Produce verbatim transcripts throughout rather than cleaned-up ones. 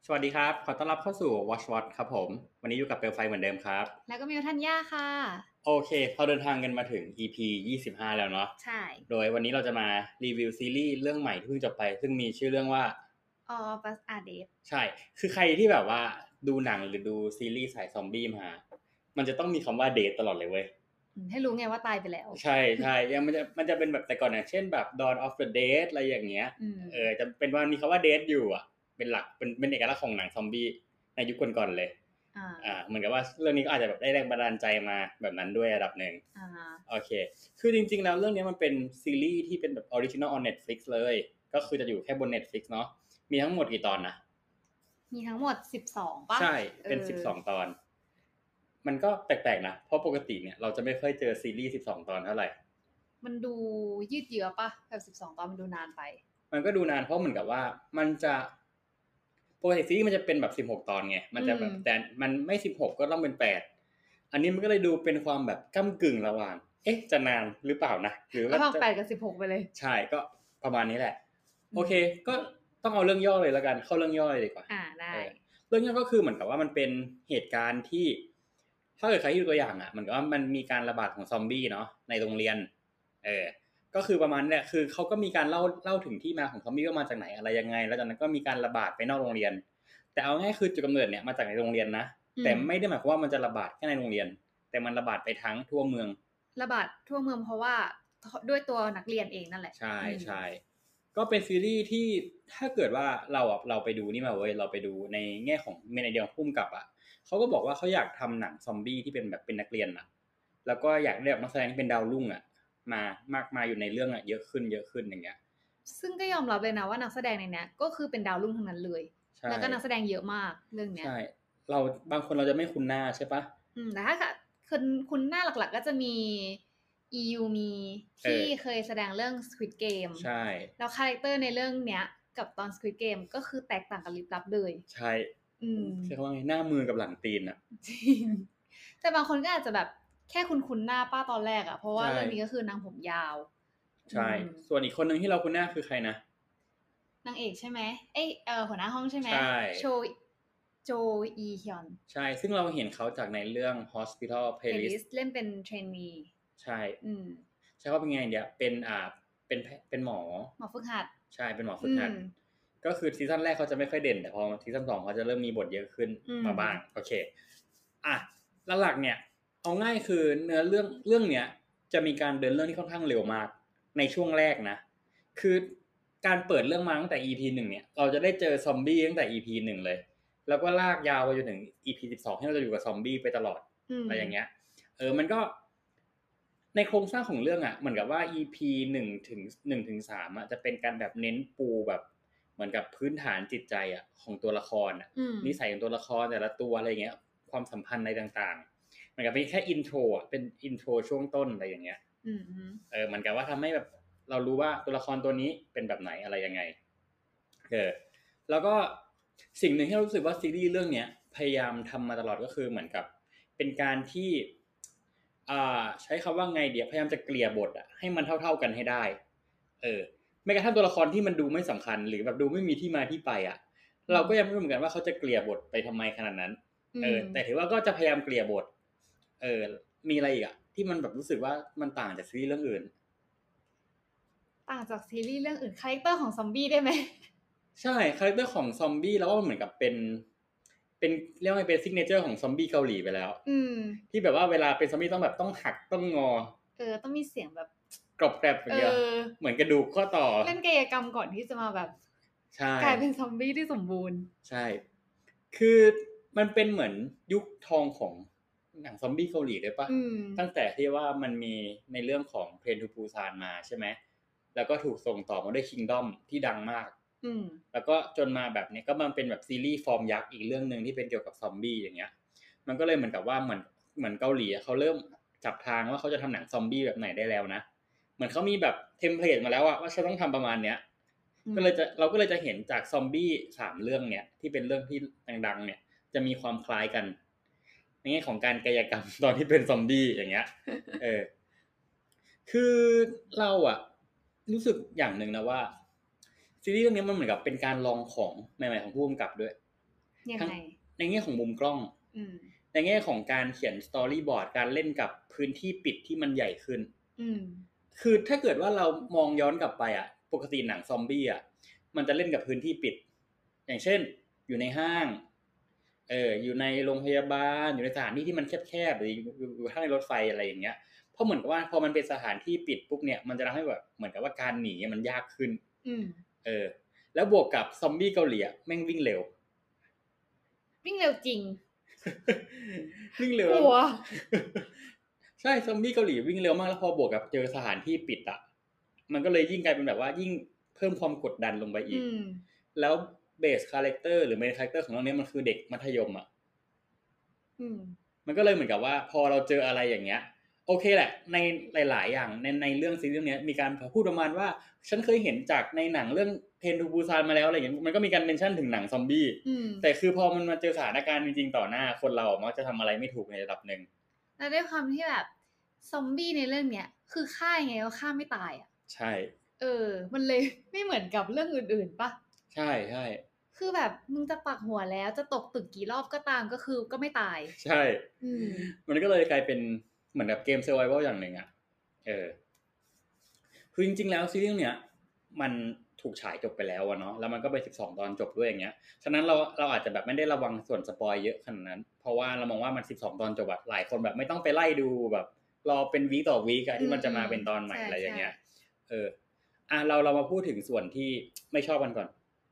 สวัสดีครับขอต้อนรับเข้าสู่ Watch What ครับผมวันนี้อยู่กับเปลวไฟเหมือนเดิมครับแล้วก็มิวทัญญาค่ะโอเคเราเดินทางกันมาถึง อี พี ยี่สิบห้าแล้วเนาะใช่โดยวันนี้เราจะมารีวิวซีรีส์เรื่องใหม่ที่เพิ่งจบไปซึ่งมีชื่อเรื่องว่า All of Us Are Dead ใช่คือใครที่แบบว่าดูหนังหรือดูซีรีส์สายซอมบี้มามันจะต้องมีคำว่าเดทตลอดเลยเว้ยอืมให้รู้ไงว่าตายไปแล้วใช่ใช่ยังมันจะมันจะเป็นแบบแต่ก่อนอย่างเช่นแบบ Dawn of the Dead อะไรอย่างเงี้ยอืมเออจะเป็นว่ามีคำว่าเดทอยู่อ่ะเป็นหลักเป็นเป็นเอกลักษณ์ของหนังซอมบี้ในยุคก่อนๆเลยอ่าอ่าเหมือนกับว่าเรื่องนี้ก็อาจจะแบบได้แรงบันดาลใจมาแบบนั้นด้วยระดับหนึ่งอ่าโอเคคือจริงๆแล้วเรื่องนี้มันเป็นซีรีส์ที่เป็นแบบออริจินอล on Netflix เลยก็คือจะอยู่แค่บน Netflix เนาะมีทั้งหมดกี่ตอนนะมีทั้งหมดสิบสองป่ะใช่เป็นเออสิบสองตอนมันก็แปลกๆนะเพราะปกติเนี่ยเราจะไม่ค่อยเจอซีรีส์สิบสองตอนเท่าไหร่มันดูยืดเยื้อป่ะแบบสิบสองตอนมันดูนานไปมันก็ดูนานเพราะเหมือนกับว่ามันจะปกติซีรีส์มันจะเป็นแบบสิบหกตอนไงมันจะแบบแต่มันไม่สิบหกก็ต้องเป็นแปดอันนี้มันก็เลยดูเป็นความแบบก้ำกึ่งระหว่างเอ๊ะจะนานหรือเปล่านะหรือว่าระหว่างจะแปดกับสิบหกไปเลยใช่ก็ประมาณนี้แหละอืมโอเคก็ต้องเอาเรื่องย่อเลยแล้วกันเข้าเรื่องย่อเลยดีกว่าอ่าได้เออเรื่องย่อก็คือเหมือนกับว่ามันเป็นเหตุการณ์ที่ถ้าเกิดใครดูตัวอย่างอ่ะเหมือนกับว่ามันมีการระบาดของซอมบี้เนาะในโรงเรียนเออก็คือประมาณนี้แหละคือเขาก็มีการเล่าเล่าถึงที่มาของซอมบี้ว่ามาจากไหนอะไรยังไงแล้วจากนั้นก็มีการระบาดไปนอกโรงเรียนแต่เอาง่ายคือจุดกำเนิดเนี่ยมาจากในโรงเรียนนะแต่ไม่ได้หมายความว่ามันจะระบาดแค่ในโรงเรียนแต่มันระบาดไปทั้งทั่วเมืองระบาดทั่วเมืองเพราะว่าด้วยตัวนักเรียนเองนั่นแหละใช่อืมใช่ก็เป็นซีรีส์ที่ถ้าเกิดว่าเราอ่ะเราไปดูนี่มาเว้ยเราไปดูในแง่ของเมนไอเดียของพุ่มกับอ่ะเขาก็บอกว่าเขาอยากทำหนังซอมบี้ที่เป็นแบบเป็นนักเรียนอ่ะแล้วก็อยากได้แบบนักแสดงที่เป็นดาวรุ่งอ่ะมามากมาอยู่ในเรื่องอ่ะเยอะขึ้นเยอะขึ้นอย่างเงี้ยซึ่งก็ยอมรับเลยนะว่านักแสดงในเนี้ยก็คือเป็นดาวรุ่งทั้งนั้นเลยใช่แล้วก็นักแสดงเยอะมากเรื่องเนี้ยใช่เราบางคนเราจะไม่คุ้นหน้าใช่ปะอืมแต่ถ้าคนคุณหน้าหลักๆก็จะมี อี ยู มีเอที่อเคยแสดงเรื่อง Squid Game ใช่แล้วคาแรคเตอร์ในเรื่องเนี้ยกับตอน Squid Game ก็คือแตกต่างกันลิบลับเลยใช่อืมใช่คำว่าไงหน้ามือกับหลังตีนอ่ะจริงแต่บางคนก็อาจจะแบบแค่คุ้นๆหน้าป้าตอนแรกอะเพราะว่าใช่เรื่องนี้ก็คือนางผมยาวอืใช่มส่วนอีกคนหนึ่งที่เราคุ้นหน้าคือใครนะนางเอกใช่ไหมเอ้ยเออหัวหน้าห้องใช่ไหมใช่โชโจอีฮยอนใช่ซึ่งเราเห็นเขาจากในเรื่อง Hospital เอลิ Playlist สเล่นเป็นเทรนนีใช่อืมใช่ว่าเป็นไงเดียวเป็นอ่าเป็นแพเป็นหมอหมอฝึกหัดใช่เป็นหมอฝึอืมกหัดก็คือซีซั่นแรกเขาจะไม่ค่อยเด่นแต่พอซีซั่นสองเขาจะเริ่มมีบทเยอะขึ้นอืมมาบ้างโอเคอ่ะหลักๆเนี่ยเอาง่ายคือเนื้อเรื่องเรื่องเนี้ยจะมีการเดินเรื่องที่ค่อนข้างเร็วมากในช่วงแรกนะคือการเปิดเรื่องมาตั้งแต่ อี พี หนึ่งเนี่ยเราจะได้เจอซอมบี้ตั้งแต่ อี พี หนึ่งเลยแล้วก็ลากยาวไปจนถึง อี พี สิบสองที่เราจะอยู่กับซอมบี้ไปตลอดอะไรอย่างเงี้ยเออมันก็ในโครงสร้างของเรื่องอ่ะเหมือนกับว่า อี พี หนึ่งถึงหนึ่งถึงสามอ่ะจะเป็นการแบบเน้นปูแบบเหมือนกับพื้นฐานจิตใจอ่ะของตัวละครอ่ะนิสัยของตัวละครแต่ละตัวอะไรเงี้ยความสัมพันธ์ในต่างๆเหมือนกับเป็นแค่อินโทรอ่ะเป็นอินโทรช่วงต้นอะไรอย่างเงี้ยเออเหมือนกับว่าทำให้แบบเรารู้ว่าตัวละครตัวนี้เป็นแบบไหนอะไรยังไงเออแล้วก็สิ่งหนึ่งที่เรารู้สึกว่าซีรีส์เรื่องเนี้ยพยายามทำมาตลอดก็คือเหมือนกับเป็นการที่อ่าใช้คำว่าไงเดียวพยายามจะเกลี่ยบทอ่ะให้มันเท่าๆกันให้ได้เออแม้กระทั่งตัวละครที่มันดูไม่สำคัญหรือแบบดูไม่มีที่มาที่ไปอ่ะเราก็ยังไม่รู้เหมือนกันว่าเขาจะเกลี่ยบทไปทำไมขนาดนั้นเออแต่ถือว่าก็จะพยายามเกลี่ยบทเออมีอะไรอีกอ่ะที่มันแบบรู้สึกว่ามันต่างจากซีรีส์เรื่องอื่นต่างจากซีรีส์เรื่องอื่นคาแรคเตอร์ของซอมบี้ได้ไหมใช่คาแรคเตอร์ของซอมบี้แล้วก็เหมือนกับเป็นเป็นเรียกว่าเป็นซิกเนเจอร์ของซอมบี้เกาหลีไปแล้วอืมที่แบบว่าเวลาเป็นซอมบี้ต้องแบบต้องหักต้องงอเออต้องมีเสียงแบบกรอบแกรบอย่างเงี้ยเออเหมือนกระดูกข้อต่อเล่นกายกรรมก่อนที่จะมาแบบใช่กลายเป็นซอมบี้ที่สมบูรณ์ใช่คือมันเป็นเหมือนยุคทองของหนังซอมบี้เกาหลีด้วยปะอืมตั้งแต่ที่ว่ามันมีในเรื่องของเทรนทูปูซานมาใช่ไหมแล้วก็ถูกส่งต่อมาด้วยคิงดอมที่ดังมากอืมแล้วก็จนมาแบบนี้ก็มันเป็นแบบซีรีส์ฟอร์มยักษ์อีกเรื่องหนึ่งที่เป็นเกี่ยวกับซอมบี้อย่างเงี้ยมันก็เลยเหมือนกับว่าเหมือนเหมือนเกาหลีเขาเริ่มจับทางว่าเขาจะทำหนังซอมบี้แบบไหนได้แล้วนะเหมือนเขามีแบบเทมเพลตมาแล้วอะว่าฉันต้องทำประมาณเนี้ยก็เลยจะเราก็เลยจะเห็นจากซอมบี้สามเรื่องเนี้ยที่เป็นเรื่องที่ดังๆเนี่ยจะมีความคล้ายกันในแง่ของการกายกรรมตอนที่เป็นซอมบี้อย่างเงี้ยเออ คือเราอะรู้สึกอย่างหนึ่งนะว่าซีรีส์เรื่องนี้มันเหมือนกับเป็นการลองของใหม่ๆของผู้กำกับด้วยยังทั้งไงในแง่ของมุมกล้องอืมในแง่ของการเขียนสตอรี่บอร์ดการเล่นกับพื้นที่ปิดที่มันใหญ่ขึ้นอืมคือถ้าเกิดว่าเรามองย้อนกลับไปอ่ะปกติหนังซอมบี้อ่ะมันจะเล่นกับพื้นที่ปิด อย่างเช่นอยู่ในห้างเอออยู่ในโรงพยาบาลอยู่ในสถานที่ที่มันแคบๆหรืออยู่ข้างในรถไฟอะไรอย่างเงี้ยเพราะเหมือนกับว่าพอมันเป็นสถานที่ปิดปุ๊บเนี่ยมันจะทำให้แบบเหมือนกับว่าการหนีมันยากขึ้นอืมเออแล้วบวกกับซอมบี้เกาหลีแม่งวิ่งเร็ววิ่งเร็วจริงวิ่งเร็วกลัวใช่ซอมบี้เกาหลีวิ่งเร็วมากแล้วพอบวกกับเจอสถานที่ปิดอ่ะมันก็เลยยิ่งกลายเป็นแบบว่ายิ่งเพิ่มความกดดันลงไปอีกอืมแล้วเบสคาแรคเตอร์หรือเมนคาแรคเตอร์ของเรื่องนี้มันคือเด็กมัธยมอ่ะอืมมันก็เลยเหมือนกับว่าพอเราเจออะไรอย่างเงี้ยโอเคแหละในหลายๆอย่างในในเรื่องซีรีส์เรื่องนี้มีการพูดประมาณว่าฉันเคยเห็นจากในหนังเรื่องเทรนทูบูซานมาแล้วอะไรอย่างเงี้ยมันก็มีการเมนชั่นถึงหนังซอมบี้อืมแต่คือพอมันมาเจอสถานการณ์จริงๆต่อหน้าคนเรามักจะทำอะไรไม่ถูกในระดับหนึ่งแล้วด้วยความที่แบบซอมบี้ในเรื่องเนี้ยคือฆ่ายังไงก็ฆ่าไม่ตายอ่ะใช่เออ มันเลยไม่เหมือนกับเรื่องอื่นๆปะใช่ใช่คือแบบมึงจะปักหัวแล้วจะตกตึกกี่รอบก็ตามก็คือก็ไม่ตายใช่อืมมันก็เลยกลายเป็นเหมือนแบบเกมเซอร์ไววัลอย่างหนึ่งอ่ะเออคือจริงๆแล้วซีรีส์เนี้ยมันถูกฉายจบไปแล้วอะเนาะแล้วมันก็ไปสิบสองตอนจบด้วยอย่างเงี้ยฉะนั้นเราเราอาจจะแบบไม่ได้ระวังส่วนสปอยเยอะขนาดนั้นเพราะว่าเรามองว่ามันสิบสองตอนจบอะหลายคนแบบไม่ต้องไปไล่ดูแบบรอเป็นวีคต่อวีคอะที่มันจะมาเป็นตอนใหม่อะไรอย่างเงี้ยเอออ่ะเราเรามาพูดถึงส่วนที่ไม่ชอบกันก่อน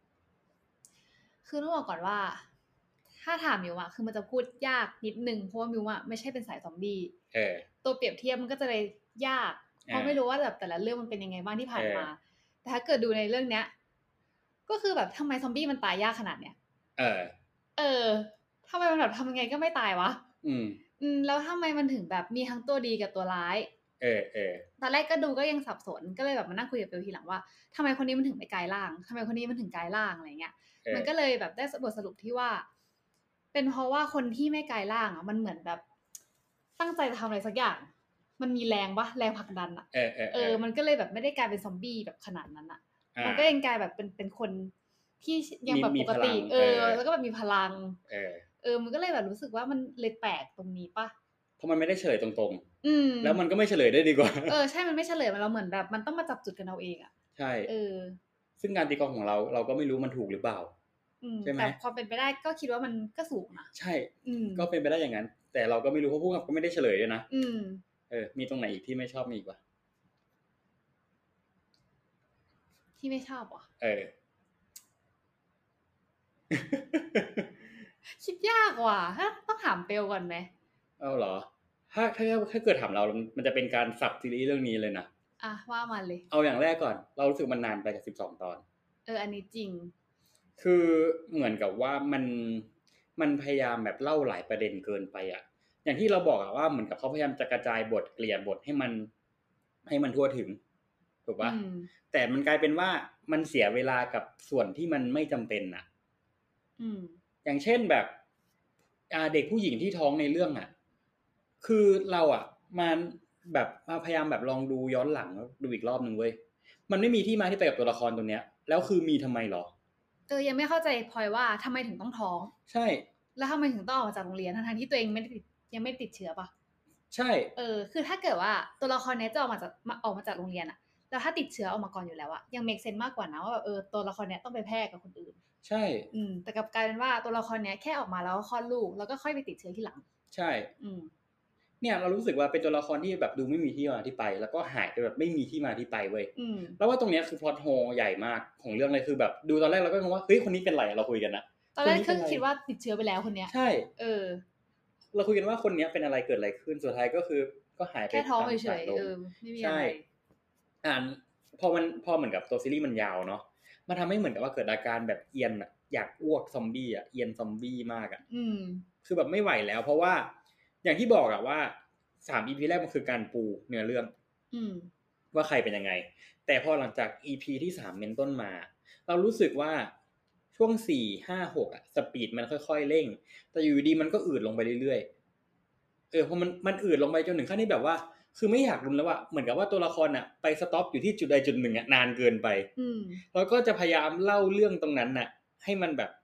คือต้องบอกก่อนว่าถ้าถามมิวอะคือมันจะพูดยากนิดนึงเพราะว่ามิวอะไม่ใช่เป็นสายซอมบี้เออตัวเปรียบเทียบมันก็จะเลยยากเพราะไม่รู้ว่าแบบแต่ละเรื่องมันเป็นยังไงบ้างที่ผ่านมาแต่ถ้าเกิดดูในเรื่องเนี้ยก็คือแบบทำไมซอมบี้มันตายยากขนาดเนี้ยเออเออทำไมมันแบบทำยังไงก็ไม่ตายวะอืมอืมแล้วทำไมมันถึงแบบมีทั้งตัวดีกับตัวร้ายเออเออตอนแรกก็ดูก็ยังสับสนก็เลยแบบมานั่งคุยกับเบลทีหลังว่าทำไมคนนี้มันถึงไม่กลายร่างทำไมคนนี้มันถึงกลายร่างอะไรเงี้ยมันก็เลยแบบได้บทสรุปที่ว่าเป็นเพราะว่าคนที่ไม่กลายร่างอ่ะมันเหมือนแบบตั้งใจจะทำอะไรสักอย่างมันมีแรงปะแรงผลักดันอ่ะเออเออเออมันก็เลยแบบไม่ได้กลายเป็นซอมบี้แบบขนาดนั้นอ่ะมันก็ยังกลายแบบเป็นเป็นคนที่ยังแบบปกติเออแล้วก็แบบมีพลังเออเออมันก็เลยแบบรู้สึกว่ามันเลยแปลกตรงนี้ปะเพราะมันไม่ได้เฉลยตรงๆอืมแล้วมันก็ไม่เฉลยได้ดีกว่าเออใช่มันไม่เฉลยมันเราเหมือนแบบมันต้องมาจับจุดกันเอาเองอ่ะใช่เออซึ่งการตีกลองของเราเราก็ไม่รู้มันถูกหรือเปล่าใช่ไหมแต่ความเป็นไปได้ก็คิดว่ามันก็สูงนะใช่ก็เป็นไปได้อย่างนั้นแต่เราก็ไม่รู้เพราะผู้กำกับก็ไม่ได้เฉลยด้วยนะอืมเออมีตรงไหนอีกที่ไม่ชอบมีอีกวะที่ไม่ชอบอ่ะเออคิดยากว่ะฮะต้องถามเปลก่อนไหมเอาเหรอถ้าถ้าถ้าเกิดถามเรามันจะเป็นการสับซีรีส์เรื่องนี้เลยนะอ่ะว่ามาเลยเอาอย่างแรกก่อนเรารู้สึกมันนานไปกับสิบสองตอนเอออันนี้จริงคือเหมือนกับว่ามันมันพยายามแบบเล่าหลายประเด็นเกินไปอ่ะอย่างที่เราบอกอะว่าเหมือนกับเขาพยายามจะกระจายบทเกลี่ยบทให้มันให้มันทั่วถึงถูกปะแต่มันกลายเป็นว่ามันเสียเวลากับส่วนที่มันไม่จำเป็นอ่ะอย่างเช่นแบบเด็กผู้หญิงที่ท้องในเรื่องอ่ะคือเราอ่ะมาแบบมาพยายามแบบลองดูย้อนหลังดูอีกรอบนึงเว้ยมันไม่มีที่มาที่ไปกับตัวละครตัวเนี้ยแล้วคือมีทำไมหรอเออยังไม่เข้าใจพลอยว่าทำไมถึงต้องท้องใช่แล้วทำไมถึงต้องออกมาจากโรงเรียนทั้งๆที่ตัวเองไม่ได้ติดยังไม่ติดเชื้อปะใช่เออคือถ้าเกิดว่าตัวละครนี้จะออกมาจากออกมาจากโรงเรียนอะแล้วถ้าติดเชื้อออกมาก่อนอยู่แล้วอะยังเมคเซนส์มากกว่านะว่าแบบเออตัวละครนี้ต้องไปแพร่กับคนอื่นใช่อืมแต่กลับกลายเป็นว่าตัวละครนี้แค่ออกมาแล้วคลอดลูกแล้วก็ค่อยไปติดเชื้อทีหลังใช่อืมเนี่ยเรารู้สึกว่าเป็นตัวละครที่แบบดูไม่มีที่มาที่ไปแล้วก็หายไปแบบไม่มีที่มาที่ไปเว้ยแล้วว่าตรงนี้คือพล็อตโฮใหญ่มากของเรื่องเลยคือแบบดูตอนแรกเราก็งงว่าเฮ้ยคนนี้เป็นไรเราคุยกันนะตอนแรกคือคิดว่าติดเชื้อไปแล้วคนเนี้ยใช่เออเราคุยกันว่าคนนี้เป็นอะไรเกิดอะไรขึ้นสุดท้ายก็คือก็หายไปแค่ท้องเฉยๆเออไม่มีอะไรอ่านพอมันพอเหมือนกับตัวซีรีส์มันยาวเนาะมันทำให้เหมือนกับว่าเกิดอาการแบบเอียนอ่ะอยากอ้วกซอมบี้อ่ะเอียนซอมบี้มากอ่ะอืมคือแบบไม่ไหวแล้วเพราะว่าอย่างที่บอกอะว่าสาม อี พี แรกมันคือการปูเนื้อเรื่องอืมว่าใครเป็นยังไงแต่พอหลังจาก อี พี ที่สามเป็นต้นมาเรารู้สึกว่าช่วงสี่ ห้า หกอ่ะสปีดมันค่อยๆเร่งแต่อยู่ดีมันก็อืดลงไปเรื่อยๆเออพอมันมันอืดลงไปจนถึงขั้นที่แบบว่าคือไม่อยากลุ้นแล้วว่าเหมือนกับว่าตัวละครน่ะไปสต็อปอยู่ที่จุดใดจุดหนึ่งอ่ะนานเกินไปอืมแล้วก็จะพยายามเล่าเรื่องตรงนั้นน่ะให้มันแบบใ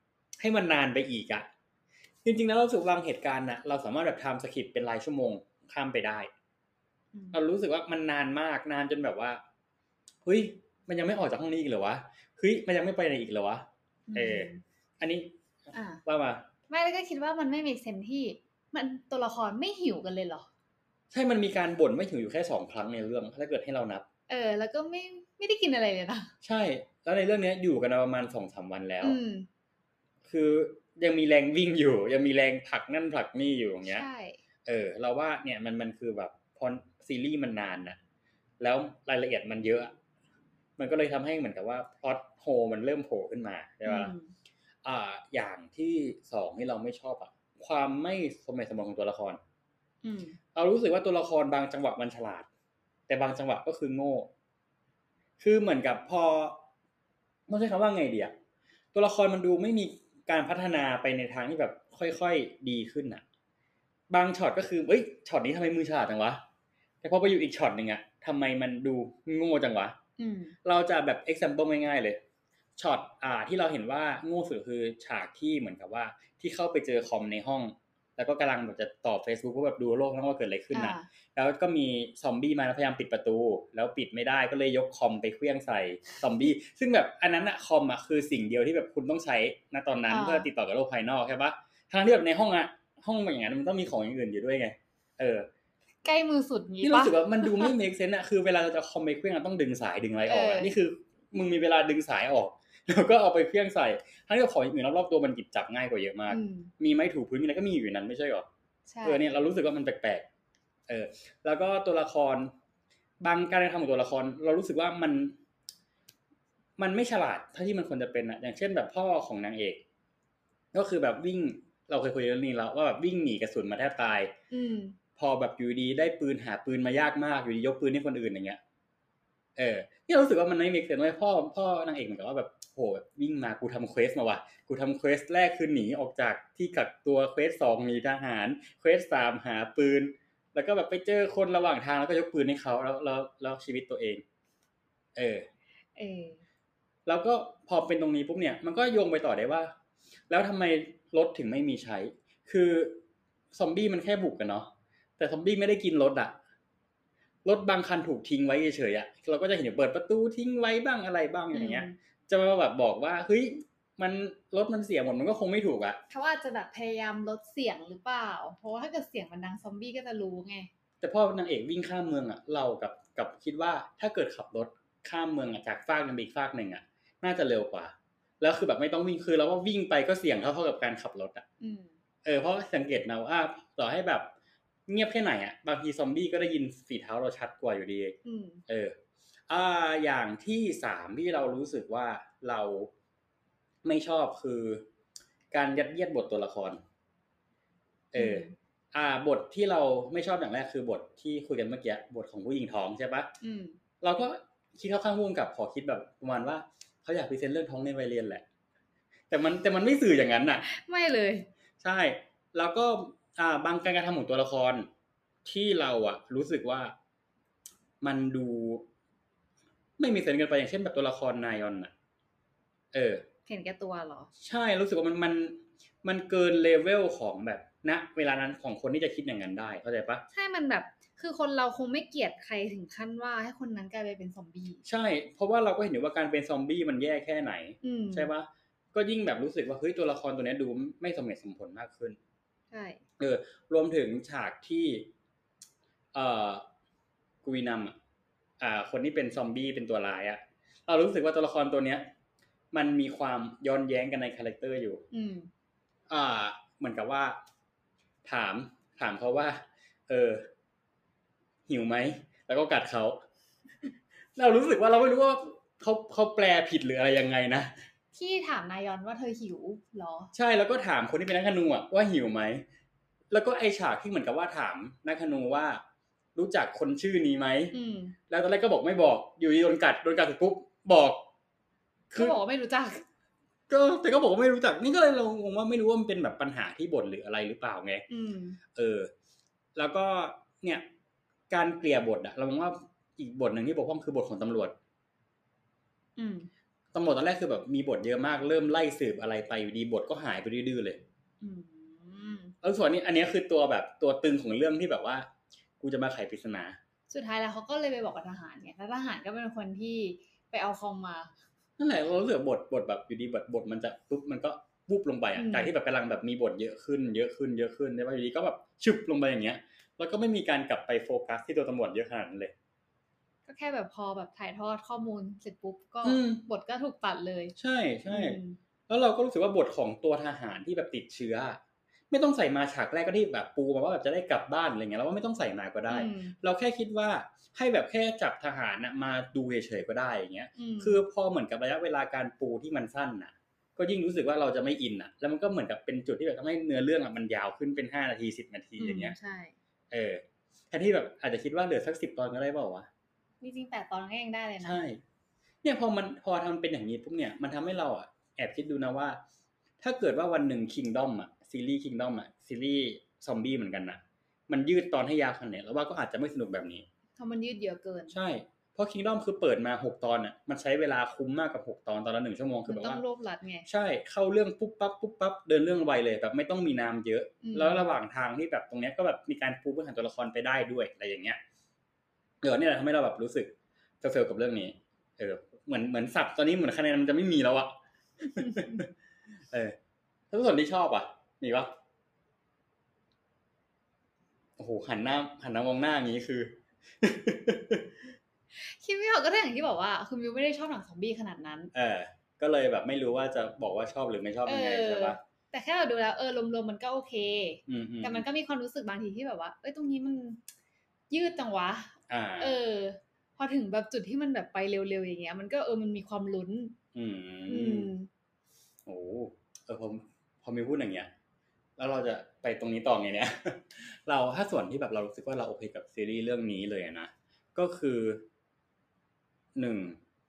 ให้มันนานไปอีกอ่ะจริงๆแล้วเราสึกบางเหตุการณ์น่ะเราสามารถแบบทำสคริปต์เป็นรายชั่วโมงข้ามไปได้เรารู้สึกว่ามันนานมากนานจนแบบว่าเฮ้ยมันยังไม่ออกจากห้องนี้อีกเหรอวะเฮ้ยมันยังไม่ไปไหนอีกเหรอวะเอออันนี้ว่ามาไม่แล้วก็คิดว่ามันไม่มีเซนที่มันตัวละครไม่หิวกันเลยเหรอใช่มันมีการบ่นไม่หิวอยู่แค่สองครั้งในเรื่องถ้าเกิดให้เรานับเออแล้วก็ไม่ไม่ได้กินอะไรเลยนะใช่แล้วในเรื่องนี้อยู่กันประมาณ สองถึงสาม วันแล้วคือยังมีแรงวิ่งอยู่ยังมีแรงผลักนั่นผลักนี่อยู่อย่างเงี้ยใช่เออเราว่าเนี่ยมันมันคือแบบพอซีรีส์มันนานน่ะแล้วรายละเอียดมันเยอะมันก็เลยทำให้เหมือนกับว่าพล็อตโฮมันเริ่มโผล่ขึ้นมาใช่ป่ะอ่าอย่างที่สองที่เราไม่ชอบอ่ะความไม่สมเหตุสมผลของตัวละครเรารู้สึกว่าตัวละครบางจังหวะมันฉลาดแต่บางจังหวะก็คือโง่คือเหมือนกับพอต้องใช้คำว่าไงดีอะตัวละครมันดูไม่มีการพัฒนาไปในทางที่แบบค่อยๆดีขึ้นอะบางช็อตก็คือเอ้ยช็อตนี้ทำไมมือฉลาดจังวะแต่พอไปอยู่อีกช็อตนึงอะทำไมมันดูโง่จังวะเราจะแบบ example ง่ายๆเลยช็อตอ่าที่เราเห็นว่าโง่สุดคือฉากที่เหมือนกับว่าที่เข้าไปเจอคอมในห้องแล้วก็กำลังแบบจะตอบ Facebook ว่าแบบดูโลกทั้งว่าเกิดอะไรขึ้นน่ะแล้วก็มีซอมบี้มาพยายามปิดประตูแล้วปิดไม่ได้ก็เลยยกคอมไปเคลื่องใส่ซอมบี้ซึ่งแบบอันนั้นน่ะคอมอ่ะคือสิ่งเดียวที่แบบคุณต้องใช้ณตอนนั้นเพื่อติดต่อกับโลกภายนอกใช่ปะทั้งที่แบบในห้องอ่ะห้องอย่างนั้นมันต้องมีของอย่างอื่นอยู่ด้วยไงเออใกล้มือสุดงี้ปะที่รู้สึกว่ามันดูไม่ make sense อ่ะคือเวลาเราจะคอมไปเคลื่องต้องดึงสายดึงอะไรออกนี่คือมึงมีเวลาดึงสายออกแล้วก็เอาไปเครื่องใส่ทั้งที่ของอื่นรอบๆตัวมันหยิบจับง่ายกว่าเยอะมากมีไม้ถูพื้นมีอะไรก็มีอยู่นั้นไม่ใช่หรอเออเนี่ยเรารู้สึกว่ามันแปลกๆเออแล้วก็ตัวละครบางการกระทำของตัวละครเรารู้สึกว่ามันมันไม่ฉลาดเท่าที่มันควรจะเป็นอ่ะอย่างเช่นแบบพ่อของนางเอกก็คือแบบวิ่งเราเคยคุยเรื่องนี้แล้วว่าแบบวิ่งหนีกระสุนมาแทบตายพอแบบอยู่ดีได้ปืนหาปืนมายากมากอยู่ดียกปืนให้คนอื่นอย่างเงี้ยเออนี่เรารู้สึกว่ามันไม่มีเซนส์ว่าพ่อพ่อนางเอกเหมือนกับว่าแบบโหแบบวิ่งมากูทำเควสมาว่ะกูทำเควสแรกคือหนีออกจากที่กักตัวเควสสองหนีทหารเควสสามหาปืนแล้วก็แบบไปเจอคนระหว่างทางแล้วก็ยกปืนให้เขาแล้วแล้วแล้วชีวิตตัวเองเออเออแล้วก็พอเป็นตรงนี้ปุ๊บเนี่ยมันก็โยงไปต่อได้ว่าแล้วทำไมรถถึงไม่มีใช้คือซอมบี้มันแค่บุกกันเนาะแต่ซอมบี้ไม่ได้กินรถอ่ะรถบางคันถูกทิ้งไว้เฉยๆอ่ะเราก็จะเห็นเปิดประตูทิ้งไว้บ้างอะไรบ้างอย่างเงี้ยจะมาแบบบอกว่าเฮ้ยมันรถมันเสียหมดมันก็คงไม่ถูกอ่ะเขาอาจจะแบบพยายามลดเสียงหรือเปล่าเพราะว่าถ้าเกิดเสียงมันดังซอมบี้ก็จะรู้ไงแต่พ่อนางเอกวิ่งข้ามเมืองอ่ะเรากับกับคิดว่าถ้าเกิดขับรถข้ามเมืองอ่ะจากฟากนึงไปอีกฟากนึงอ่ะน่าจะเร็วกว่าแล้วคือแบบไม่ต้องวิ่งคือเราว่าวิ่งไปก็เสี่ยงเท่าๆกับการขับรถอ่ะเออเพราะสังเกตนะว่าต่อให้แบบเงียบแค่ไหนอ่ะบางทีซอมบี้ก็ได้ยินฝีเท้าเราชัดกว่าอยู่ดีเอออ่าอย่างที่สามที่เรารู้สึกว่าเราไม่ชอบคือการยัดเยียดบทตัวละครเอออ่าบทที่เราไม่ชอบอย่างแรกคือบทที่คุยกันเมื่อกี้บทของผู้หญิงท้องใช่ปะเราก็คิดเข้าข้างพุ่งกับขอคิดแบบประมาณว่าเขาอยากพรีเซนต์เรื่องท้องในวัยเรียนแหละแต่มันแต่มันไม่สื่ออย่างนั้นน่ะไม่เลยใช่แล้วก็อ่าบางการกระทำของตัวละครที่เราอะรู้สึกว่ามันดูไม่มีเซนส์กันไปอย่างเช่นแบบตัวละครนายอนน่ะเออเห็นแก่ตัวเหรอใช่รู้สึกว่ามันมันมันเกินเลเวลของแบบณเวลานั้นของคนที่จะคิดอย่างนั้นได้เข้าใจปะใช่มันแบบคือคนเราคงไม่เกลียดใครถึงขั้นว่าให้คนนั้นกลายไปเป็นซอมบี้ใช่เพราะว่าเราก็เห็นอยู่ว่าการเป็นซอมบี้มันแย่แค่ไหนใช่ปะก็ยิ่งแบบรู้สึกว่าเฮ้ยตัวละครตัวนี้ดูไม่สมเหตุสมผลมากขึ้นใช่เออรวมถึงฉากที่เอ่อกุยนำอ่ะอ่าคนที่เป็นซอมบี้เป็นตัวร้ายอ่ะเรารู้สึกว่าตัวละครตัวเนี้ยมันมีความย้อนแย้งกันในคาแรคเตอร์อยู่อืมอ่าเหมือนกับว่าถามถามเขาว่าเออหิวไหมแล้วก็กัดเขาเรารู้สึกว่าเราไม่รู้ว่าเขาเขาแปลผิดหรืออะไรยังไงนะที่ถามนายอนว่าเธอหิวหรอใช่แล้วก็ถามคนที่เป็นนักธนูอ่ะว่าหิวไหมแล้วก็ไอฉากที่เหมือนกับว่าถามนักธนูว่ารู้จักคนชื่อนี้ไหมแล้วตอนแรกก็บอกไม่บอกอยู่ดีโดนกัดโดนกัดเสร็จปุ๊บบอกคือบอกว่าไม่รู้จักก็แต่ก็บอกว่าไม่รู้จักนี่ก็เลยเรางงว่าไม่รู้ว่ามันเป็นแบบปัญหาที่บทหรืออะไรหรือเปล่าไงเออแล้วก็เนี่ยการเกลี่ยบทอะเรามองว่าอีกบทหนึ่งที่บกพร่องคือบทของตำรวจตำรวจตอนแรกคือแบบมีบทเยอะมากเริ่มไล่สืบอะไรไปอยู่ดีบทก็หายไปดื้อๆเลยอืมแล้วส่วนนี้อันนี้คือตัวแบบตัวตึงของเรื่องที่แบบว่ากูจะมาไขปริศนาสุดท้ายแล้วเขาก็เลยไปบอกกับทหารไงแล้วทหารก็เป็นคนที่ไปเอาคอมมานั่นแหละเรารู้สึกบทบทแบบอยู่ดีบทบทมันจะปุ๊บมันก็ปุ๊บลงไปอ่ะจากที่แบบกำลังแบบมีบทเยอะขึ้นเยอะขึ้นเยอะขึ้นใช่ป่ะอยู่ดีก็แบบชึบลงไปอย่างเงี้ยแล้วก็ไม่มีการกลับไปโฟกัสที่ตัวตำรวจเยอะขนาดนั้นเลยก็แค่แบบพอแบบถ่ายทอดข้อมูลเสร็จปุ๊บก็บทก็ถูกตัดเลยใช่ใช่แล้วเราก็รู้สึกว่าบทของตัวทหารที่แบบติดเชื้อไม่ต้องใส่มาฉากแรกก็ที่แบบปูมาว่าแบบจะได้กลับบ้านอะไรเงี้ยแล้วว่าไม่ต้องใส่มาก็ได้เราแค่คิดว่าให้แบบแค่จับทหารนะมาดูเฉยๆก็ได้อย่างเงี้ยคือพอเหมือนกับระยะเวลาการปูที่มันสั้นน่ะก็ยิ่งรู้สึกว่าเราจะไม่อินอ่ะแล้วมันก็เหมือนกับเป็นจุดที่แบบทำให้เนื้อเรื่องอ่ะมันยาวขึ้นเป็นห้านาทีสิบนาทีอย่างเงี้ยใช่เออแทนที่แบบอาจจะคิดว่าเหลือสักสิบตอนก็ได้เปล่าวะจริงๆแปดตอนก็ยังได้เลยนะใช่เนี่ยพอมันพอทำเป็นอย่างนี้ปุ๊บเนี่ยมันทำให้เราอ่ะแอบคิดดูนะว่าถ้าเกิดว่าวันหนึ่ง Kingdom อ่ะซีรีส์ Kingdom อ่ะซีรีส์ซอมบี้เหมือนกันนะมันยืดตอนให้ยาวขนาดนี้แล้วว่าก็อาจจะไม่สนุกแบบนี้เพราะมันยืดเยอะเกินใช่เพราะ Kingdom คือเปิดมาหกตอนอ่ะมันใช้เวลาคุ้มมากกับหกตอนตอนละหนึ่งชั่วโมงคือแบบว่าต้องรวบรัดไงใช่เข้าเรื่องปุ๊บปั๊บปุ๊บปั๊บเดินเรื่องไวเลยแบบไม่ต้องมีน้ำเยอะแล้วระหว่างทางที่แบบตรงเนี้ยก็แบบมีการปูพื้นฐานตัวละครไปได้ด้วยอะไรอย่างเงี้ยเออเนี่ยทำให้เราแบบรู้สึกเฟลกับเรื่องนี้เออเหมือนเหมือนสับตอนนี้เหมือนคะแนนมันจะไม่มีแล้วอะเออถ้าส่วนที่ชอบอ่ะมีปะโอ้โหหันหน้าหันหน้ามองหน้าอย่างนี้คือคิดไม่ออกก็ได้อย่างที่บอกว่าคือมิวไม่ได้ชอบหนังซอมบี้ขนาดนั้นเออก็เลยแบบไม่รู้ว่าจะบอกว่าชอบหรือไม่ชอบยังไงใช่ปะแต่แค่เราดูแล้วเออรวมๆมันก็โอเคแต่มันก็มีความรู้สึกบางทีที่แบบว่าเอ้ยตรงนี้มันยืดจังวะเออพอถึงแบบจุดที่มันแบบไปเร็วๆอย่างเงี้ยมันก็เออมันมีความลุ้นอืมโอ้เออผมพอมีพูดอย่างเงี้ยแล้วเราจะไปตรงนี้ต่อไงเนี่ยเราถ้าส่วนที่แบบเรารู้สึกว่าเราโอเคกับซีรีส์เรื่องนี้เลยนะก็คือหนึ่ง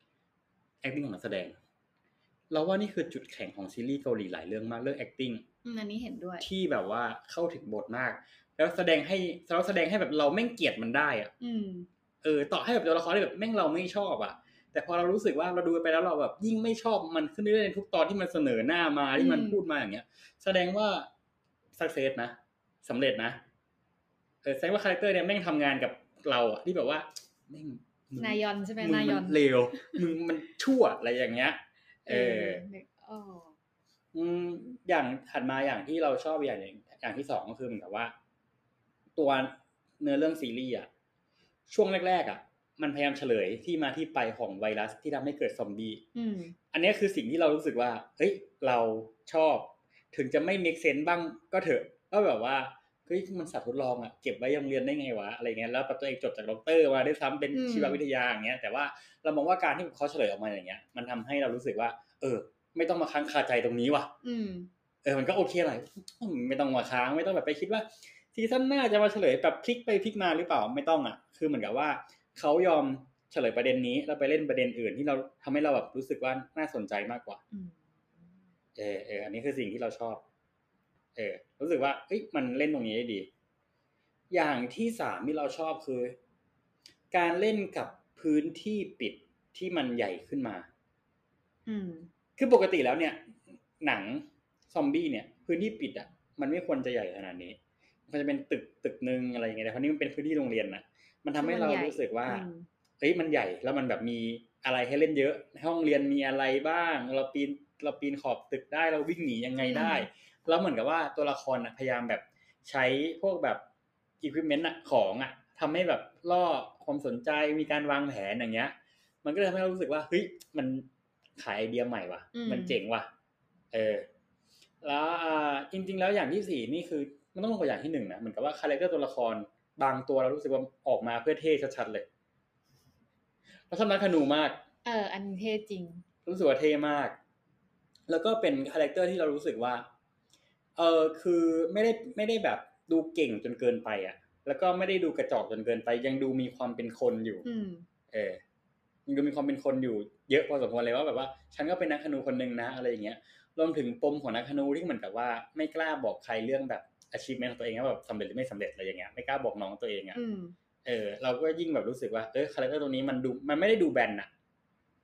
acting ของนักแสดงเราว่านี่คือจุดแข็งของซีรีส์เกาหลีหลายเรื่องมากเรื่อง acting อืมอันนี้เห็นด้วยที่แบบว่าเข้าถึงบทมากแล้วแสดงให้เราแสดงให้แบบเราแม่งเกลียดมันได้อ่ะอืมเออต่อให้แบบตัวละครที่แบบแม่งเราไม่ชอบอ่ะแต่พอเรารู้สึกว่าเราดูไปแล้วเราแบบยิ่งไม่ชอบมันขึ้นเรื่อยๆทุกตอนที่มันเสนอหน้ามาที่มันพูดมาอย่างเงี้ยแสดงว่า success นะสำเร็จนะเออแสดงว่าคาแรคเตอร์เนี่ยแม่งทำงานกับเราอ่ะที่แบบว่าแม่งนายอนใช่ไหมนายอนเลวมึงมันชั่วอะไรอย่างเงี้ยเอออืมอย่างถัดมาอย่างที่เราชอบอย่างอย่างที่สองก็คือเหมือนกับว่าตัวเนื้อเรื่องซีรีส์อ่ะช่วงแรกๆอ่ะมันพยายามเฉลยที่มาที่ไปของไวรัสที่ทำให้เกิดซอมบี้อันนี้คือสิ่งที่เรารู้สึกว่าเฮ้ยเราชอบถึงจะไม่ make sense บ้างก็เถอะก็แบบว่าเฮ้ยมันสัตว์ทดลองอ่ะเก็บไว้ยังเรียนได้ไงวะอะไรเงี้ยแล้วตัวเองจบจากด็อกเตอร์มาได้ซ้ำเป็นชีววิทยาอย่างเงี้ยแต่ว่าเรามองว่าการที่เขาเฉลยออกมาอย่างเงี้ยมันทำให้เรารู้สึกว่าเออไม่ต้องมาค้างคาใจตรงนี้ว่ะเออมันก็โอเคหน่อยไม่ต้องมาค้างไม่ต้องแบบไปคิดว่าซีซั่นหน้าจะมาเฉลยแบบพลิกไปพลิกมาหรือเปล่าไม่ต้องอ่ะคือเหมือนกับว่าเขายอมเฉลยประเด็นนี้แล้วไปเล่นประเด็นอื่นที่เราทำให้เราแบบรู้สึกว่าน่าสนใจมากกว่าเออเอออันนี้คือสิ่งที่เราชอบเออรู้สึกว่าเอ้ยมันเล่นตรงนี้ได้ดีอย่างที่สามที่เราชอบคือการเล่นกับพื้นที่ปิดที่มันใหญ่ขึ้นมาคือปกติแล้วเนี่ยหนังซอมบี้เนี่ยพื้นที่ปิดอ่ะมันไม่ควรจะใหญ่ขนาดนี้มันจะเป็นตึกตึกนึงอะไรอย่างเงี้ยแต่คราวนี้มันเป็นพื้นที่โรงเรียนนะมันทำให้เรารู้สึกว่าเฮ้ยมันใหญ่แล้วมันแบบมีอะไรให้เล่นเยอะในห้องเรียนมีอะไรบ้างเราปีนเราปีนขอบตึกได้เราวิ่งหนียังไงได้แล้วเหมือนกับว่าตัวละครพยายามแบบใช้พวกแบบอุปกรณ์อะของอะทำให้แบบล่อความสนใจมีการวางแผนอย่างเงี้ยมันก็เลยทำให้เรารู้สึกว่าเฮ้ยมันขายไอเดียใหม่ว่ะมันเจ๋งว่ะเออแล้วจริงๆแล้วอย่างที่สี่นี่คือมันต้องลงกว่าอย่างที่หนึ่งนะเหมือนกับว่าคาแรคเตอร์ตัวละครบางตัวเรารู้สึกว่าออกมาเพื่อเท่ชัดๆเลยแล้วชอบนักธนูมากเอออันเท่จริงรู้สึกว่าเท่มากแล้วก็เป็นคาแรคเตอร์ที่เรารู้สึกว่าเออคือไม่ได้ไม่ได้แบบดูเก่งจนเกินไปอ่ะแล้วก็ไม่ได้ดูกระจอกจนเกินไปยังดูมีความเป็นคนอยู่เออยังดูมีความเป็นคนอยู่เยอะพอสมควรเลยว่าแบบว่าฉันก็เป็นนักธนูคนนึงนะอะไรอย่างเงี้ยรวมถึงปมของนักธนูที่เหมือนกับว่าไม่กล้าบอกใครเรื่องแบบ achievement ของตัวเองว่าแบบสำเร็จหรือไม่สำเร็จอะไรอย่างเงี้ยไม่กล้าบอกน้องตัวเองอ่ะเออเราก็ยิ่งแบบรู้สึกว่าเออคาแรคเตอร์ตรงนี้มันดูมันไม่ได้ดูแบนอ่ะ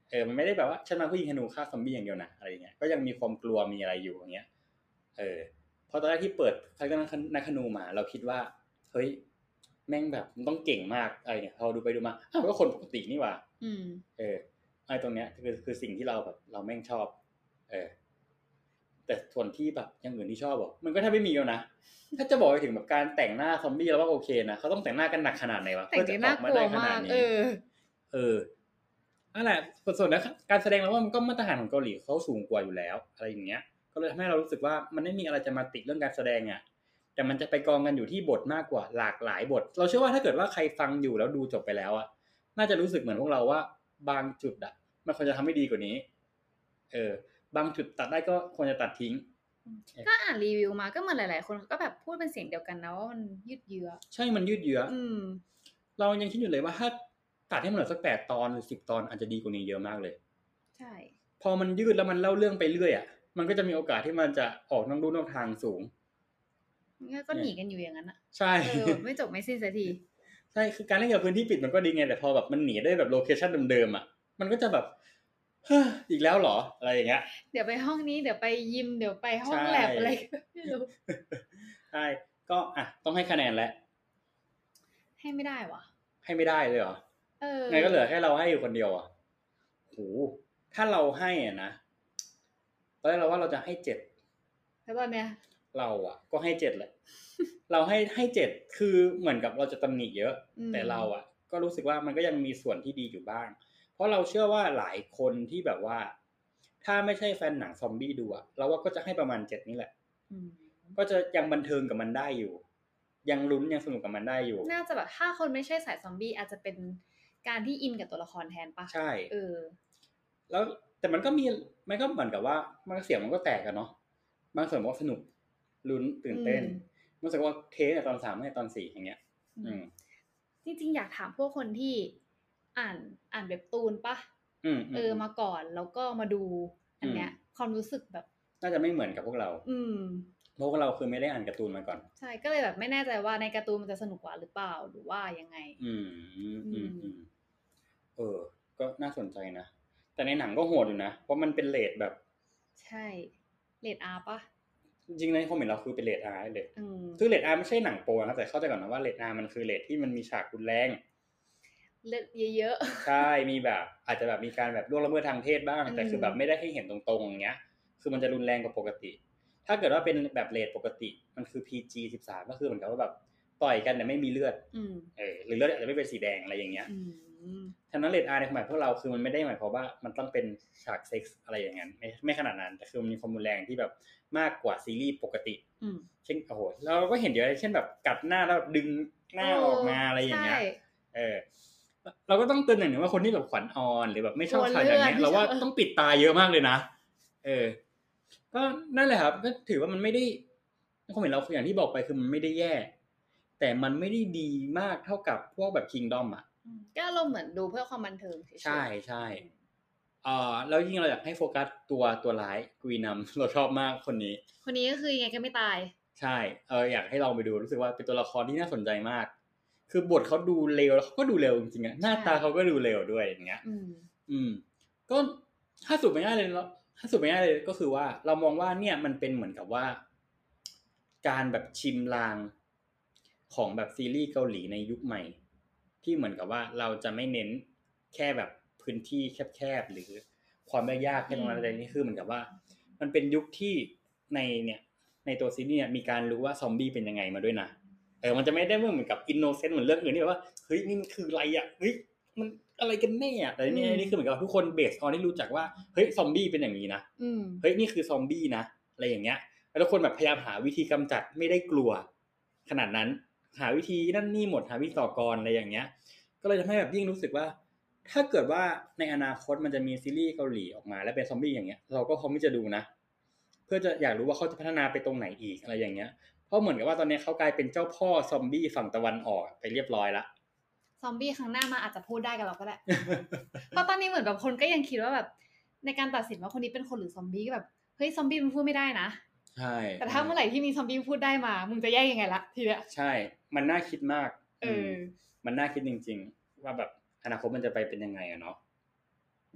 เออมันไม่ได้แบบว่าฉันมาเพื่อยิงธนูฆ่าซอมบี้อย่างเดียวนะอะไรอย่างเงี้ยก็ยังมีความกลัวมีอะไรอยู่อย่างเงี้ยเออพอตอนแรกที่เปิดคาแรคเตอร์นักธนูมาเราคิดว่าเฮ้ยแม่งแบบมันต้องเก่งมากอะไรเนี่ยพอดูไปดูมาอ้าวก็คนปกตินี่หว่าอืมเออไอ้ตรงเนี้ยคือคือสิ่งที่เราแบบเราแม่งชอบเออแต่ส่วนที่แบบอย่างอื่นที่ชอบอ่ะมันก็แทบไม่มีแล้วนะถ้าจะบอกไปถึงแบบการแต่งหน้าซอมบี้แล้วว่าโอเคนะเขาต้องแต่งหน้ากันหนักขนาดไหนวะเพื่อจะออกมาได้ขนาดนี้เออเออนั่นแหละส่วนนะการแสดงแล้วว่ามันก็มาตรฐานของเกาหลีเขาสูงกว่าอยู่แล้วอะไรอย่างเงี้ยก็เลยทำให้เรารู้สึกว่ามันไม่มีอะไรจะมาติดเรื่องการแสดงอ่ะแต่มันจะไปกองกันอยู่ที่บทมากกว่าหลากหลายบทเราเชื่อว่าถ้าเกิดว่าใครฟังอยู่แล้วดูจบไปแล้วอ่ะน่าจะรู้สึกเหมือนพวกเราว่าบางจุดอ่ะมันควรจะทำให้ดีกว่านี้เออบางจุดตัดได้ก็ควรจะตัดทิ้งก็อ่านรีวิวมาก็เหมือนหลายๆคนก็แบบพูดเป็นเสียงเดียวกันนะว่ามันยืดเยื้อใช่มันยืดเยื้ออืมเรายังคิดอยู่เลยว่าถ้าตัดให้มันเหลือสักแปดตอนหรือสิบตอนอาจจะดีกว่านี้เยอะมากเลยใช่พอมันยืดแล้วมันเล่าเรื่องไปเรื่อยอ่ะมันก็จะมีโอกาสที่มันจะออกนอกลู่นอกทางสูงงั้นก็หนีกันอยู่อย่างนั้นอ่ะใช่เออไม่จบไม่สิ้นสักทีใช่คือการเล่นกับพื้นที่ปิดมันก็ดีไงแต่พอแบบมันหนีได้แบบโลเคชั่นเดิมๆอ่ะมันก็จะแบบเฮ้ออีกแล้วเหรออะไรอย่างเงี้ยเดี๋ยวไปห้องนี้เดี๋ยวไปยิมเดี๋ยวไปห้องแลบอะไรไม่รู้ใช่ก็อ่ะต้องให้คะแนนแล้วให้ไม่ได้วะให้ไม่ได้เลยเหรอเออไงก็เหลือแค่เราให้อยู่คนเดียวอ่ะโหถ้าเราให้อ่ะนะตอนแรกเราว่าเราจะให้เจ็ดแล้วตอนเนี้ยเราอ่ะก็ให้เจ็ดแหละเราให้ให้เจ็ดคือเหมือนกับเราจะตำหนิเยอะแต่เราอ่ะก็รู้สึกว่ามันก็ยังมีส่วนที่ดีอยู่บ้างเพราะเราเชื่อว่าหลายคนที่แบบว่าถ้าไม่ใช่แฟนหนังซอมบี้ดูอ่ะเราว่าก็จะให้ประมาณเจ็ดนี่แหละก็จะยังบันเทิงกับมันได้อยู่ยังลุ้นยังสนุกกับมันได้อยู่น่าจะแบบถ้าคนไม่ใช่สายซอมบี้อาจจะเป็นการที่อินกับตัวละครแทนปะใช่เออแล้วแต่มันก็มีมันก็เหมือนกับว่ามันเสียงมันก็แตกกันเนาะบางส่วนก็สนุกลุ้นตื่นเต้นรู้สึกว่าเทสตอนสามไม่ตอนสี่อย่างเงี้ยจริงๆอยากถามพวกคนที่อ่านอ่านเว็บตูนปะเออมาก่อนแล้วก็มาดูอันเนี้ยความรู้สึกแบบน่าจะไม่เหมือนกับพวกเราอืมเพราะพวกเราคือไม่ได้อ่านการ์ตูนมาก่อนใช่ก็เลยแบบไม่แน่ใจว่าในการ์ตูนมันจะสนุกกว่าหรือเปล่าหรือว่ายังไงอืมอืมอืมเออก็น่าสนใจนะแต่ในหนังก็โหดอยู่นะเพราะมันเป็นเรทแบบใช่เรท R ปะจริงๆในคอมเมนต์เราคือเป็นเรท R เลยคือเรท R ไม่ใช่หนังโปนะแต่เข้าใจก่อนนะว่าเรท R มันคือเรทที่มันมีฉากรุนแรงเลือดเยอะๆใช่มีแบบอาจจะแบบมีการแบบล่วงละเมิดทางเพศบ้างแต่คือแบบไม่ได้ให้เห็นตรงๆอย่างเงี้ยคือมันจะรุนแรงกว่าปกติถ้าเกิดว่าเป็นแบบเรทปกติมันคือ พี จี สิบสามก็คือเหมือนกับว่าแบบต่อยกันแต่ไม่มีเลือดเออหรือเลือดอาจจะไม่เป็นสีแดงอะไรอย่างเงี้ยฉะนั้นเรท R ในความหมายพวกเราคือมันไม่ได้หมายความว่ามันต้องเป็นฉากเซ็กส์อะไรอย่างนั้นไม่ไม่ขนาดนั้นแต่คือมันมีความรุนแรงที่แบบมากกว่าซีรีส์ปกติเช่นโอ้โหเราก็เห็นเยอะเช่นแบบกัดหน้าแล้วดึงหน้าออกมาอะไรอย่างเงี้ยเออเราก็ต้องเตือนหน่อยนึงว่าคนที่แบบขวัญอ่อนหรือแบบไม่ชอบฉากอย่างเงี้ยเราว่าต้องปิดตาเยอะมากเลยนะเออก็นั่นแหละครับก็ถือว่ามันไม่ได้ความเห็นเราอย่างที่บอกไปคือมันไม่ได้แย่แต่มันไม่ได้ดีมากเท่ากับพวกแบบ Kingdom อ่ะก็เราเหมือนดูเพื่อความบันเทิงเฉยๆใช่ใช่เอ่อแล้วยิ่งเราอยากให้โฟกัสตัวตัวร้ายกุยนำเราชอบมากคนนี้คนนี้ก็คือยังไงก็ไม่ตายใช่เอออยากให้ลองไปดูรู้สึกว่าเป็นตัวละครที่น่าสนใจมากคือบทเขาดูเร็วแล้วเขาก็ดูเร็วจริงๆอ่ะหน้าตาเขาก็ดูเร็วด้วยอย่างเงี้ยอืมอืมก็ถ้าสุดไปง่ายเลยเนาะถ้าสุดไปง่ายเลยก็คือว่าเรามองว่าเนี่ยมันเป็นเหมือนกับว่าการแบบชิมลางของแบบซีรีส์เกาหลีในยุคใหม่ที่เหมือนกับว่าเราจะไม่เน้นแค่แบบพื้นที่แคบๆหรือความยากแค่ตรงนั้นอะไรนี่คือเหมือนกับว่ามันเป็นยุคที่ในเนี่ยในตัวซีรีส์เนี่ยมีการรู้ว่าซอมบี้เป็นยังไงมาด้วยนะเออมันจะไม่ได้เหมือนกับอินโนเซนต์เหมือนเรื่องอื่นที่แบบว่าเฮ้ยนี่มันคืออะไรอ่ะเฮ้ยมันอะไรกันแน่อ่ะแต่นี่นี่คือเหมือนกับทุกคนเบสออนที่รู้จักว่าเฮ้ยซอมบี้เป็นอย่างนี้นะเฮ้ยนี่คือซอมบี้นะอะไรอย่างเงี้ยแล้วทุกคนแบบพยายามหาวิธีกำจัดไม่ได้กลัวขนาดนั้นหาวิธีนั่นนี่หมดหาวิธีต่อกรอะไรอย่างเงี้ยก็เลยทำให้แบบยิ่งรู้สึกว่าถ้าเกิดว่าในอนาคตมันจะมีซีรีส์เกาหลีออกมาแล้วเป็นซอมบี้อย่างเงี้ยเราก็พร้อมที่จะดูนะเพื่อจะอยากรู้ว่าเขาจะพัฒนาไปตรงไหนอีกอะไรอย่างเงี้ยเพราะเหมือนกับว่าตอนนี้เขากลายเป็นเจ้าพ่อซอมบี้ฝั่งตะวันออกไปเรียบร้อยละซอมบี้ครั้งหน้ามาอาจจะพูดได้กับเราก็ได้ เพราะตอนนี้เหมือนแบบคนก็ยังคิดว่าแบบในการตัดสินว่าคนนี้เป็นคนหรือซอมบี้ก็แบบเฮ้ยซอมบี้มันพูดไม่ได้นะใช่แต่ถ้าเมื่อไหร่ที่มีซอมบี้พูดได้มามึงจะแยกยังไงละทีเนี้ยใช่มันน่าคิดมากเออมันน่าคิดจริงๆว่าแบบอนาคตมันจะไปเป็นยังไงอะเนาะอืม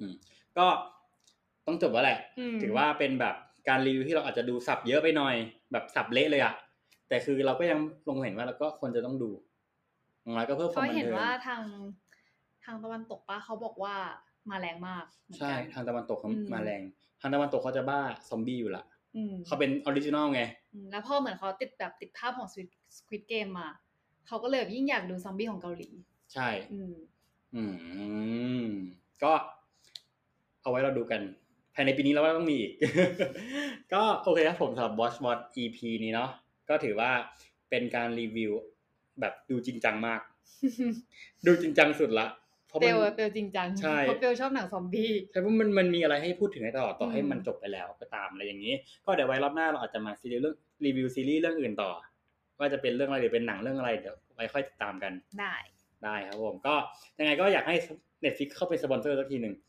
ก็ต้องจบแล้วแหละถือว่าเป็นแบบการรีวิวที่เราอาจจะดูสับเยอะไปหน่อยแบบสับเละเลยอะแต่คือเราก็ยังลงเห็นว่าเราก็ควรจะต้องดูอย่างไรก็เพื่อความบันเทิงเขาเห็นว่าทางทางตะวันตกป้าเขาบอกว่ามาแรงมากใช่ทางตะวันตกเขามาแรงทางตะวันตกเขาจะบ้าซอมบี้อยู่ละเขาเป็นออริจินอลไงแล้วพอเหมือนเขาติดแบบติดภาพของ Squid Game มาเขาก็เลยยิ่งอยากดูซอมบี้ของเกาหลีใช่อืมก็เอาไว้เราดูกันภายในปีนี้เราว่าต้องมีอีก ก็โอเคครับผมสำหรับ Watch What อี พี นี้เนาะก็ถือว่าเป็นการรีวิวแบบดูจริงจังมาก ดูจริงจังสุดละเพราะเปลเปลจริงจังเพราะเปลชอบหนังซอมบี้ใช่เพราะมันมันมีอะไรให้พูดถึงให้ตลอดต่อให้มันจบไปแล้วก็ตามอะไรอย่างนี้ก็เดี๋ยวไว้รอบหน้าเราอาจจะมาซีรีส์เรื่องรีวิวซีรีส์เรื่องอื่นต่อว่าจะเป็นเรื่องอะไรหรือเป็นหนังเรื่องอะไรเดี๋ยวไว้ค่อยติดตามกันได้ได้ครับผมก็ยังไงก็อยากให้ Netflix เข้าไปสปอนเซอร์สักทีนึง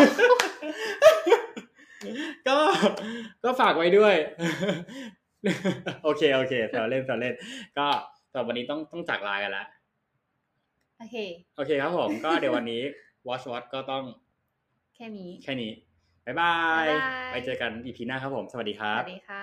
ก็ก็ฝากไว้ด้วยโอเคโอเคแซวเล่นแซวเล่นก็สำหรับวันนี้ต้องต้องจากลากันละโอเคโอเคครับผมก็เดี๋ยววันนี้ Watch What ก็ต้องแค่นี้แค่นี้บ๊ายบายไปเจอกัน อี พี หน้าครับผมสวัสดีครับสวัสดีค่ะ